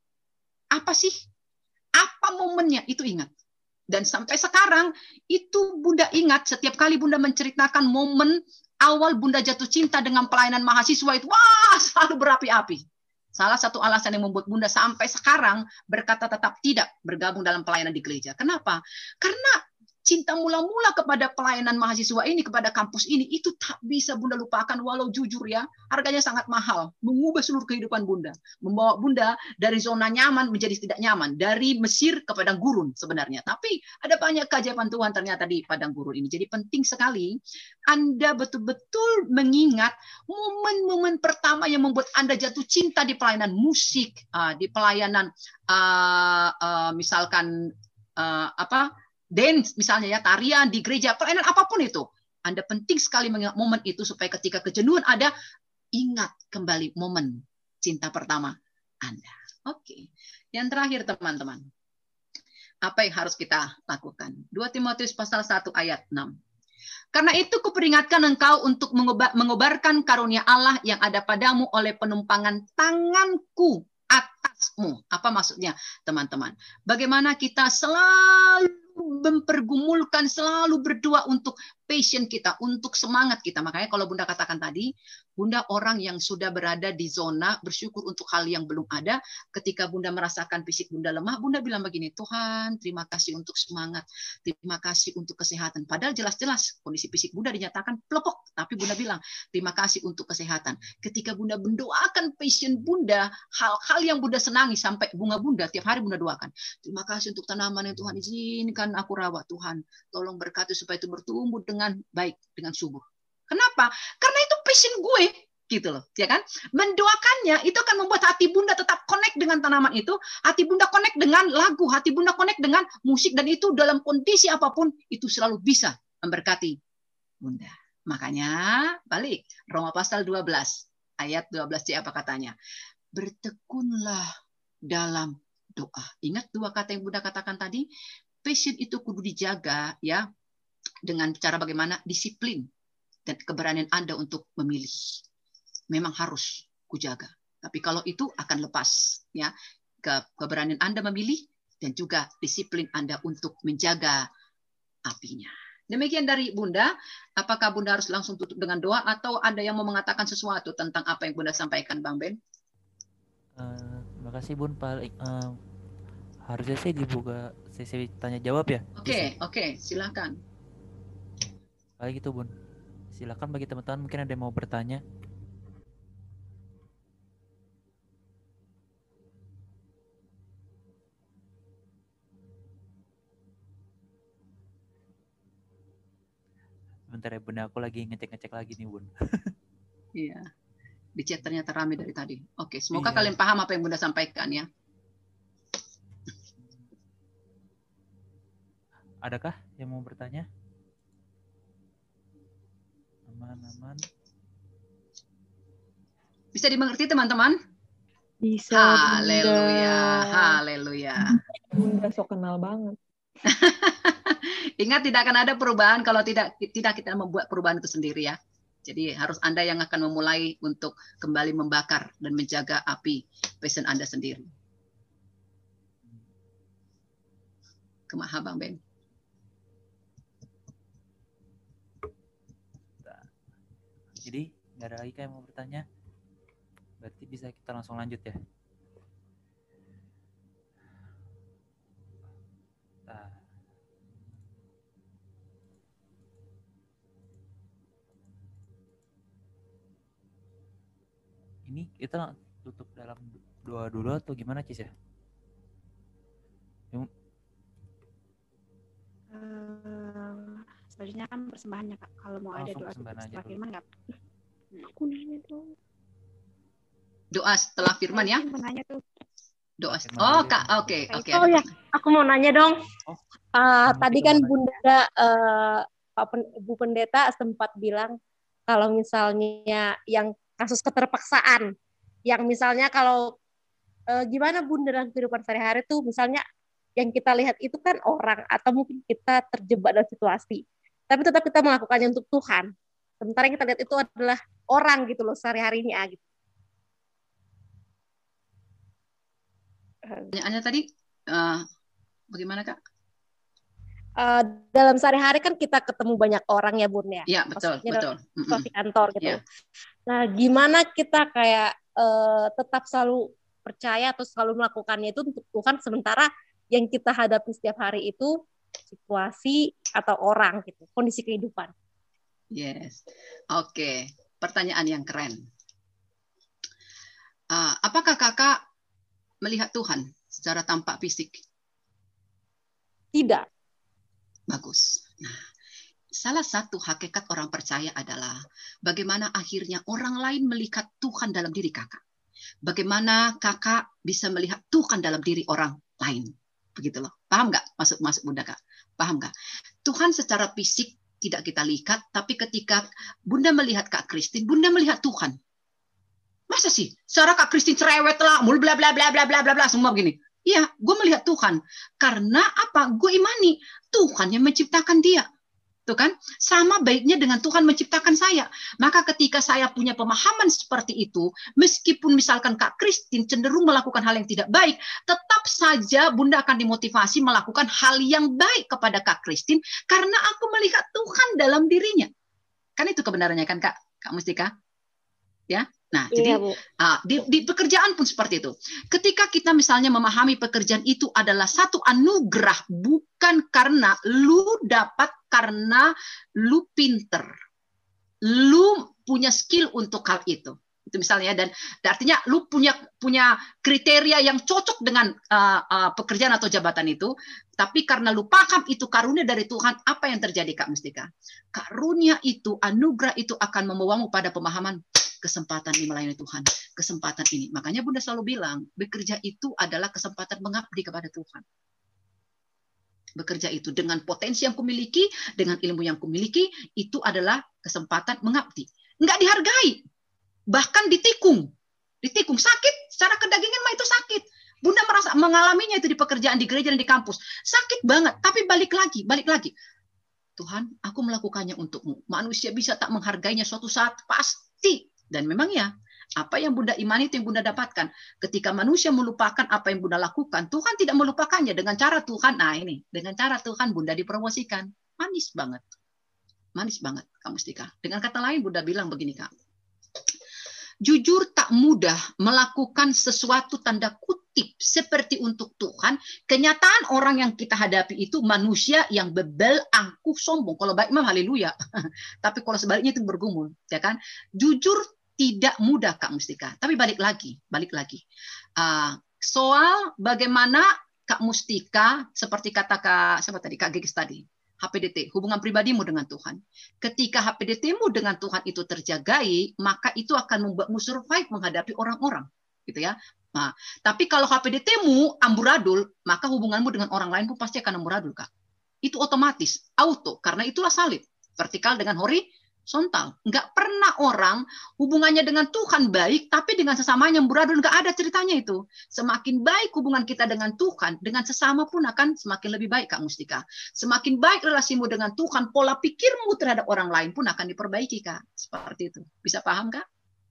Apa sih? Apa momennya? Itu ingat. Dan sampai sekarang itu Bunda ingat setiap kali Bunda menceritakan momen awal Bunda jatuh cinta dengan pelayanan mahasiswa itu, wah selalu berapi-api. Salah satu alasan yang membuat Bunda sampai sekarang berkata tetap tidak bergabung dalam pelayanan di gereja. Kenapa? Karena cinta mula-mula kepada pelayanan mahasiswa ini, kepada kampus ini, itu tak bisa Bunda lupakan, walau jujur ya, harganya sangat mahal, mengubah seluruh kehidupan Bunda, membawa Bunda dari zona nyaman menjadi tidak nyaman, dari Mesir ke padang gurun sebenarnya. Tapi ada banyak keajaiban Tuhan ternyata di padang gurun ini. Jadi penting sekali Anda betul-betul mengingat momen-momen pertama yang membuat Anda jatuh cinta di pelayanan musik, di pelayanan uh, uh, misalkan uh, apa? dance misalnya ya, tarian di gereja, pelayanan apapun itu. Anda penting sekali mengingat momen itu supaya ketika kejenuhan ada, ingat kembali momen cinta pertama Anda. Oke. Yang terakhir teman-teman. Apa yang harus kita lakukan? dua Timotius pasal satu ayat enam. Karena itu kuperingatkan engkau untuk mengobarkan karunia Allah yang ada padamu oleh penumpangan tanganku atasmu. Apa maksudnya teman-teman? Bagaimana kita selalu mempergumulkan, selalu berdoa untuk passion kita, untuk semangat kita. Makanya kalau Bunda katakan tadi, Bunda orang yang sudah berada di zona bersyukur untuk hal yang belum ada. Ketika Bunda merasakan fisik Bunda lemah, Bunda bilang begini, Tuhan terima kasih untuk semangat, terima kasih untuk kesehatan. Padahal jelas-jelas kondisi fisik Bunda dinyatakan pelopok, tapi Bunda bilang terima kasih untuk kesehatan. Ketika Bunda mendoakan passion Bunda, hal-hal yang Bunda senangi, sampai bunga Bunda tiap hari Bunda doakan, terima kasih untuk tanaman yang Tuhan izinkan aku rawat, Tuhan tolong berkati supaya itu bertumbuh dengan baik, dengan subur. Kenapa? Karena itu passion gue, gitu loh, ya kan? Mendoakannya itu akan membuat hati Bunda tetap connect dengan tanaman itu, hati Bunda connect dengan lagu, hati Bunda connect dengan musik, dan itu dalam kondisi apapun itu selalu bisa memberkati Bunda. Makanya balik Roma pasal dua belas ayat dua belas C apa katanya? Bertekunlah dalam doa. Ingat dua kata yang Bunda katakan tadi, passion itu kudu dijaga ya dengan cara bagaimana? Disiplin dan keberanian Anda untuk memilih. Memang harus kujaga. Tapi kalau itu akan lepas ya, ke keberanian Anda memilih dan juga disiplin Anda untuk menjaga apinya. Demikian dari Bunda. Apakah Bunda harus langsung tutup dengan doa atau ada yang mau mengatakan sesuatu tentang apa yang Bunda sampaikan, Bang Ben? Uh, terima kasih Bun. Paling uh, harusnya sih dibuka sesi tanya jawab ya. Oke, okay, oke, okay, silakan. Kayak gitu Bun. Silakan bagi teman-teman mungkin ada yang mau bertanya. Bentar ya Bunda, aku lagi ngecek-ngecek lagi nih Bun. Iya. Di chat ternyata ramai dari tadi. Oke, semoga iya. Kalian paham apa yang Bunda sampaikan ya. Adakah yang mau bertanya? Aman-aman. Bisa dimengerti teman-teman? Bisa. Haleluya, haleluya. Bunda sok kenal banget. Ingat tidak akan ada perubahan kalau tidak tidak kita membuat perubahan itu sendiri ya. Jadi harus Anda yang akan memulai untuk kembali membakar dan menjaga api passion Anda sendiri. Kumaha Bang Ben? Jadi nggak ada lagi kayak mau bertanya. Berarti bisa kita langsung lanjut ya. Nah. Ini kita tutup dalam doa dulu atau gimana Cis ya? Uh, selanjutnya kan persembahannya Kak. Kalau mau ada doa setelah firman nggak? Aku nanya dong. Doa setelah firman ya? Doa. Oh Kak, oke, oke. Oh ya, aku mau nanya dong. Oh, uh, tadi kan Bunda uh, Pak Pen, Bu Pendeta sempat bilang kalau misalnya yang kasus keterpaksaan, yang misalnya kalau eh, gimana Bun dalam kehidupan sehari-hari tuh misalnya yang kita lihat itu kan orang atau mungkin kita terjebak dalam situasi, tapi tetap kita melakukannya untuk Tuhan. Sementara yang kita lihat itu adalah orang gitu loh sehari-harinya gitu. Pertanyaannya tadi uh, bagaimana Kak? Uh, dalam sehari-hari kan kita ketemu banyak orang ya Bun ya. Iya betul maksudnya betul. Situasi kantor gitu. Yeah. Nah gimana kita kayak uh, tetap selalu percaya atau selalu melakukannya itu untuk Tuhan, sementara yang kita hadapi setiap hari itu situasi atau orang gitu, kondisi kehidupan. Yes, oke. Okay. Pertanyaan yang keren. Uh, apakah kakak melihat Tuhan secara tampak fisik? Tidak. Bagus. Nah, salah satu hakikat orang percaya adalah bagaimana akhirnya orang lain melihat Tuhan dalam diri kakak. Bagaimana kakak bisa melihat Tuhan dalam diri orang lain. Begitu loh. Paham nggak? Masuk-masuk Bunda Kak. Paham nggak? Tuhan secara fisik tidak kita lihat, tapi ketika Bunda melihat Kak Christine, Bunda melihat Tuhan. Masa sih? Secara Kak Christine cerewet lah, mul bla bla bla bla bla bla bla semua begini. Iya, gue melihat Tuhan. Karena apa? Gue imani Tuhan yang menciptakan dia. Tuh kan? Sama baiknya dengan Tuhan menciptakan saya. Maka ketika saya punya pemahaman seperti itu, meskipun misalkan Kak Christine cenderung melakukan hal yang tidak baik, tetap saja Bunda akan dimotivasi melakukan hal yang baik kepada Kak Christine karena aku melihat Tuhan dalam dirinya. Kan itu kebenarannya kan Kak, Kak Mustika? Ya. Nah, iya, jadi uh, di, di pekerjaan pun seperti itu. Ketika kita misalnya memahami pekerjaan itu adalah satu anugerah, bukan karena lu dapat karena lu pinter, lu punya skill untuk hal itu. Itu misalnya, dan, dan artinya lu punya punya kriteria yang cocok dengan uh, uh, pekerjaan atau jabatan itu, tapi karena lu paham itu karunia dari Tuhan, apa yang terjadi Kak Mustika? Karunia itu, anugerah itu akan membawamu pada pemahaman kesempatan di melayani Tuhan, kesempatan ini. Makanya Bunda selalu bilang, bekerja itu adalah kesempatan mengabdi kepada Tuhan. Bekerja itu dengan potensi yang kumiliki, dengan ilmu yang kumiliki, itu adalah kesempatan mengabdi. Enggak dihargai, bahkan ditikung. Ditikung, sakit, secara kedagingan mah itu sakit. Bunda merasa mengalaminya itu di pekerjaan, di gereja, dan di kampus. Sakit banget, tapi balik lagi, balik lagi. Tuhan, aku melakukannya untukmu. Manusia bisa tak menghargainya suatu saat, pasti. Dan memang ya, apa yang Bunda imani itu yang Bunda dapatkan. Ketika manusia melupakan apa yang Bunda lakukan, Tuhan tidak melupakannya. Dengan cara Tuhan, nah ini, dengan cara Tuhan Bunda dipromosikan. Manis banget. Manis banget, Kak Mustika. Dengan kata lain Bunda bilang begini, Kak. Jujur tak mudah melakukan sesuatu tanda kutip seperti untuk Tuhan. Kenyataan orang yang kita hadapi itu manusia yang bebel, angkuh, sombong. Kalau baik mah haleluya. Tapi kalau sebaliknya itu bergumul, ya kan? Jujur tidak mudah Kak Mustika. Tapi balik lagi, balik lagi. Uh, soal bagaimana Kak Mustika, seperti kata Kak siapa tadi, Kak Gegis tadi, H P D T, hubungan pribadimu dengan Tuhan. Ketika H P D T-mu dengan Tuhan itu terjagai, maka itu akan membuatmu survive menghadapi orang-orang, gitu ya. Nah, tapi kalau H P D T-mu amburadul, maka hubunganmu dengan orang lain pun pasti akan amburadul, Kak. Itu otomatis, auto, karena itulah salib. Vertikal dengan horizontal. Nggak pernah orang hubungannya dengan Tuhan baik, tapi dengan sesamanya amburadul, nggak ada ceritanya itu. Semakin baik hubungan kita dengan Tuhan, dengan sesama pun akan semakin lebih baik, Kak Mustika. Semakin baik relasimu dengan Tuhan, pola pikirmu terhadap orang lain pun akan diperbaiki, Kak. Seperti itu. Bisa paham, Kak?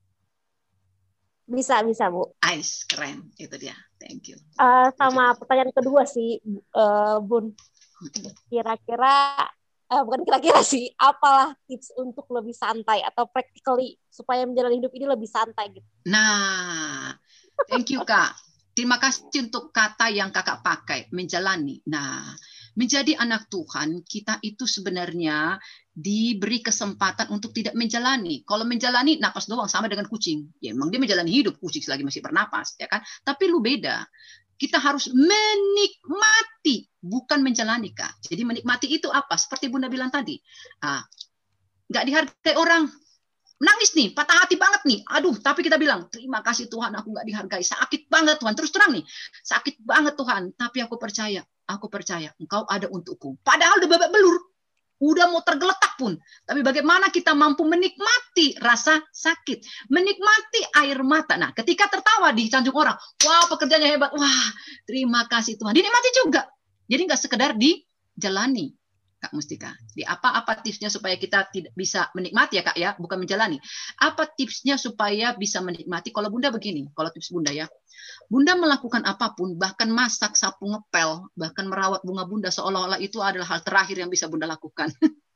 Bisa, bisa, Bu. Ais, keren. Itu dia. Thank you. Uh, sama pertanyaan kedua sih, uh, Bun. Kira-kira, uh, bukan kira-kira sih, apalah tips untuk lebih santai atau practically supaya menjalani hidup ini lebih santai gitu? Nah, thank you, Kak. Terima kasih untuk kata yang Kakak pakai, menjalani. Nah, menjadi anak Tuhan, kita itu sebenarnya diberi kesempatan untuk tidak menjalani. Kalau menjalani, napas doang, sama dengan kucing. Ya, emang dia menjalani hidup, kucing selagi masih bernapas, ya kan? Tapi lu beda. Kita harus menikmati, bukan menjalani, Kak. Jadi menikmati itu apa? Seperti Bunda bilang tadi. Ah, nggak dihargai orang. Nangis nih, patah hati banget nih. Aduh, tapi kita bilang, terima kasih Tuhan, aku nggak dihargai. Sakit banget Tuhan, terus terang nih. Sakit banget Tuhan, tapi aku percaya. Aku percaya, Engkau ada untukku. Padahal udah babak belur. udah mau tergeletak pun. Tapi bagaimana kita mampu menikmati rasa sakit, menikmati air mata. Nah, ketika tertawa di sanjung orang, wow pekerjaannya hebat, wah terima kasih Tuhan. Dinikmati juga. Jadi nggak sekedar dijalani, Kak Mustika. Di apa-apa tipsnya supaya kita tidak bisa menikmati ya Kak ya, bukan menjalani. Apa tipsnya supaya bisa menikmati? Kalau Bunda begini, kalau tips Bunda ya. Bunda melakukan apapun, bahkan masak, sapu ngepel, bahkan merawat bunga Bunda seolah-olah itu adalah hal terakhir yang bisa Bunda lakukan.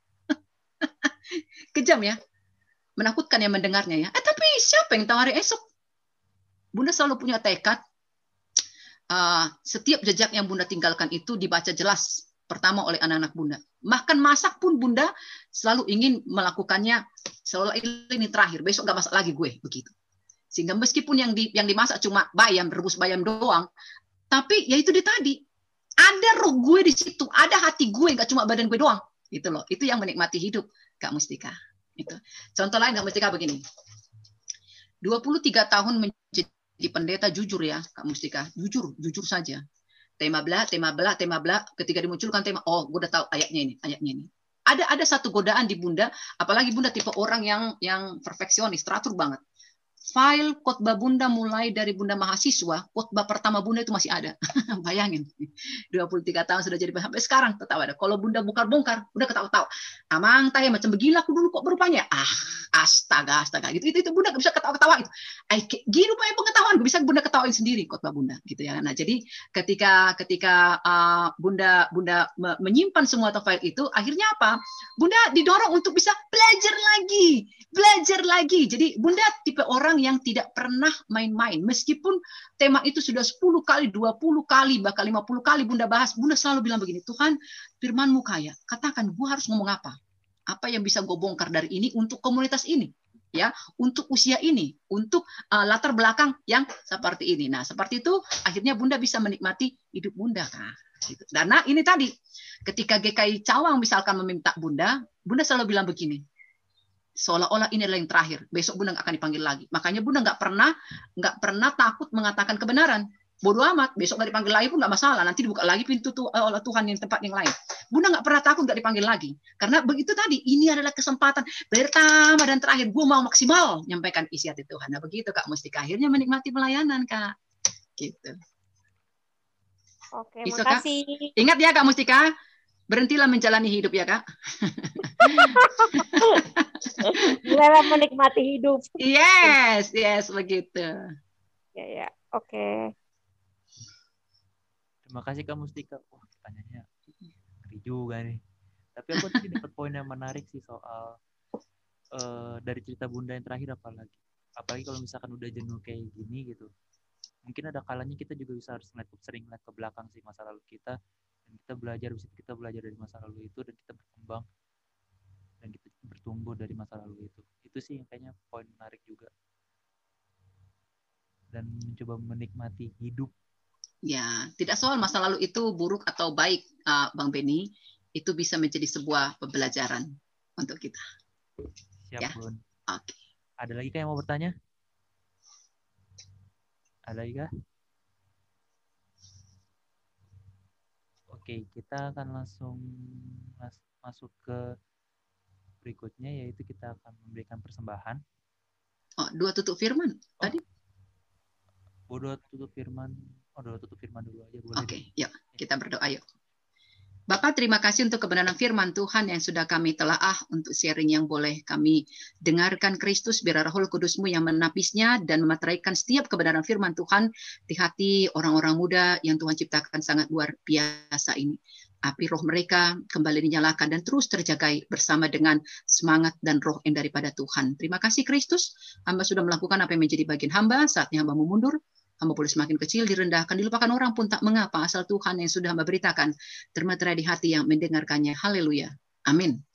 Kejam ya, menakutkan ya mendengarnya ya. Eh tapi siapa yang tawari esok? Bunda selalu punya tekad. Uh, setiap jejak yang Bunda tinggalkan itu dibaca jelas pertama oleh anak-anak Bunda. Bahkan masak pun Bunda selalu ingin melakukannya seolah ini terakhir. Besok nggak masak lagi gue begitu. Sehingga meskipun yang di, yang dimasak cuma bayam, rebus bayam doang, tapi ya itu di tadi ada roh gue di situ, ada hati gue, nggak cuma badan gue doang, gitu loh. Itu yang menikmati hidup, Kak Mustika. Itu. Contoh lain Kak Mustika begini, dua puluh tiga tahun menjadi pendeta jujur ya, Kak Mustika, jujur, jujur saja. Tema bla, tema bla, tema bla, ketika dimunculkan tema, oh gue udah tahu ayatnya ini, ayatnya ini. Ada ada satu godaan di Bunda, apalagi Bunda tipe orang yang yang perfeksionis, teratur banget. File khotbah Bunda mulai dari Bunda mahasiswa, khotbah pertama Bunda itu masih ada. Bayangin, dua puluh tiga tahun sudah jadi sampai sekarang tetap ada. Kalau Bunda bongkar-bongkar, udah ketawa-ketawa. Amang tanya macam begila aku dulu kok berupanya. Ah, astaga, astaga. Gitu itu, itu Bunda bisa ketawa-ketawa itu. Ay, gini rupanya pengetahuan, bisa Bunda ketawain sendiri khotbah Bunda, gitu ya. Nah, jadi ketika ketika uh, Bunda Bunda menyimpan semua file itu, akhirnya apa? Bunda didorong untuk bisa belajar lagi, belajar lagi. Jadi Bunda tipe orang yang tidak pernah main-main. Meskipun tema itu sudah sepuluh kali, dua puluh kali, bahkan lima puluh kali Bunda bahas, Bunda selalu bilang begini, Tuhan, firman-Mu kaya, katakan gue harus ngomong apa? Apa yang bisa gue bongkar dari ini untuk komunitas ini? Ya, untuk usia ini, untuk uh, latar belakang yang seperti ini. Nah, seperti itu akhirnya Bunda bisa menikmati hidup Bunda, Kak. Gitu. Karena ini tadi, ketika G K I Cawang misalkan meminta Bunda, Bunda selalu bilang begini, seolah-olah ini adalah yang terakhir. Besok Bunda nggak akan dipanggil lagi. Makanya Bunda nggak pernah nggak pernah takut mengatakan kebenaran. Bodoh amat. Besok nggak dipanggil lagi pun nggak masalah. Nanti dibuka lagi pintu tuh oleh Tuhan yang tempat yang lain. Bunda nggak pernah takut nggak dipanggil lagi. Karena begitu tadi. Ini adalah kesempatan pertama dan terakhir. Gue mau maksimal nyampaikan isi hati Tuhan. Nah begitu Kak Mustika. Akhirnya menikmati pelayanan Kak. Gitu. Oke, Bisa, makasih. Kak? Ingat ya Kak Mustika. Berhentilah menjalani hidup ya Kak. Mulailah menikmati hidup. Yes, yes begitu. Ya, ya. Oke. Terima kasih Kak Mustika. Wah, pertanyaannya ngeri juga nih. Tapi aku tadi dapat poin yang menarik sih soal uh, dari cerita Bunda yang terakhir apalagi. Apalagi kalau misalkan udah jenuh kayak gini gitu. Mungkin ada kalanya kita juga bisa harus ngeliat, sering ngeliat ke belakang sih masa lalu kita. Dan kita belajar, bisa kita belajar dari masa lalu itu dan kita berkembang. Dan kita bertumbuh dari masa lalu itu. Itu sih yang kayaknya poin menarik juga. Dan mencoba menikmati hidup. Ya, tidak soal masa lalu itu buruk atau baik, uh, Bang Beni. Itu bisa menjadi sebuah pembelajaran untuk kita. Siap, ya? Bun. Oke. Ada lagi kah yang mau bertanya? Ada lagi kah? Oke, kita akan langsung mas- masuk ke berikutnya, yaitu kita akan memberikan persembahan. Oh, dua tutup firman oh. tadi? Oh, dua tutup firman. Oh, dua tutup firman dulu aja boleh. Oke, yuk kita berdoa yuk. Bapak, terima kasih untuk kebenaran firman Tuhan yang sudah kami telaah, untuk sharing yang boleh kami dengarkan Kristus, biar Roh Kudus-Mu yang menapisnya dan memateraikan setiap kebenaran firman Tuhan di hati orang-orang muda yang Tuhan ciptakan sangat luar biasa ini. Api roh mereka kembali dinyalakan dan terus terjagai bersama dengan semangat dan roh yang daripada Tuhan. Terima kasih Kristus, hamba sudah melakukan apa yang menjadi bagian hamba, saatnya hamba mundur. Hamba boleh semakin kecil, direndahkan, dilupakan orang pun tak mengapa, asal Tuhan yang sudah hamba beritakan termaterai di hati yang mendengarkannya. Haleluya. Amin.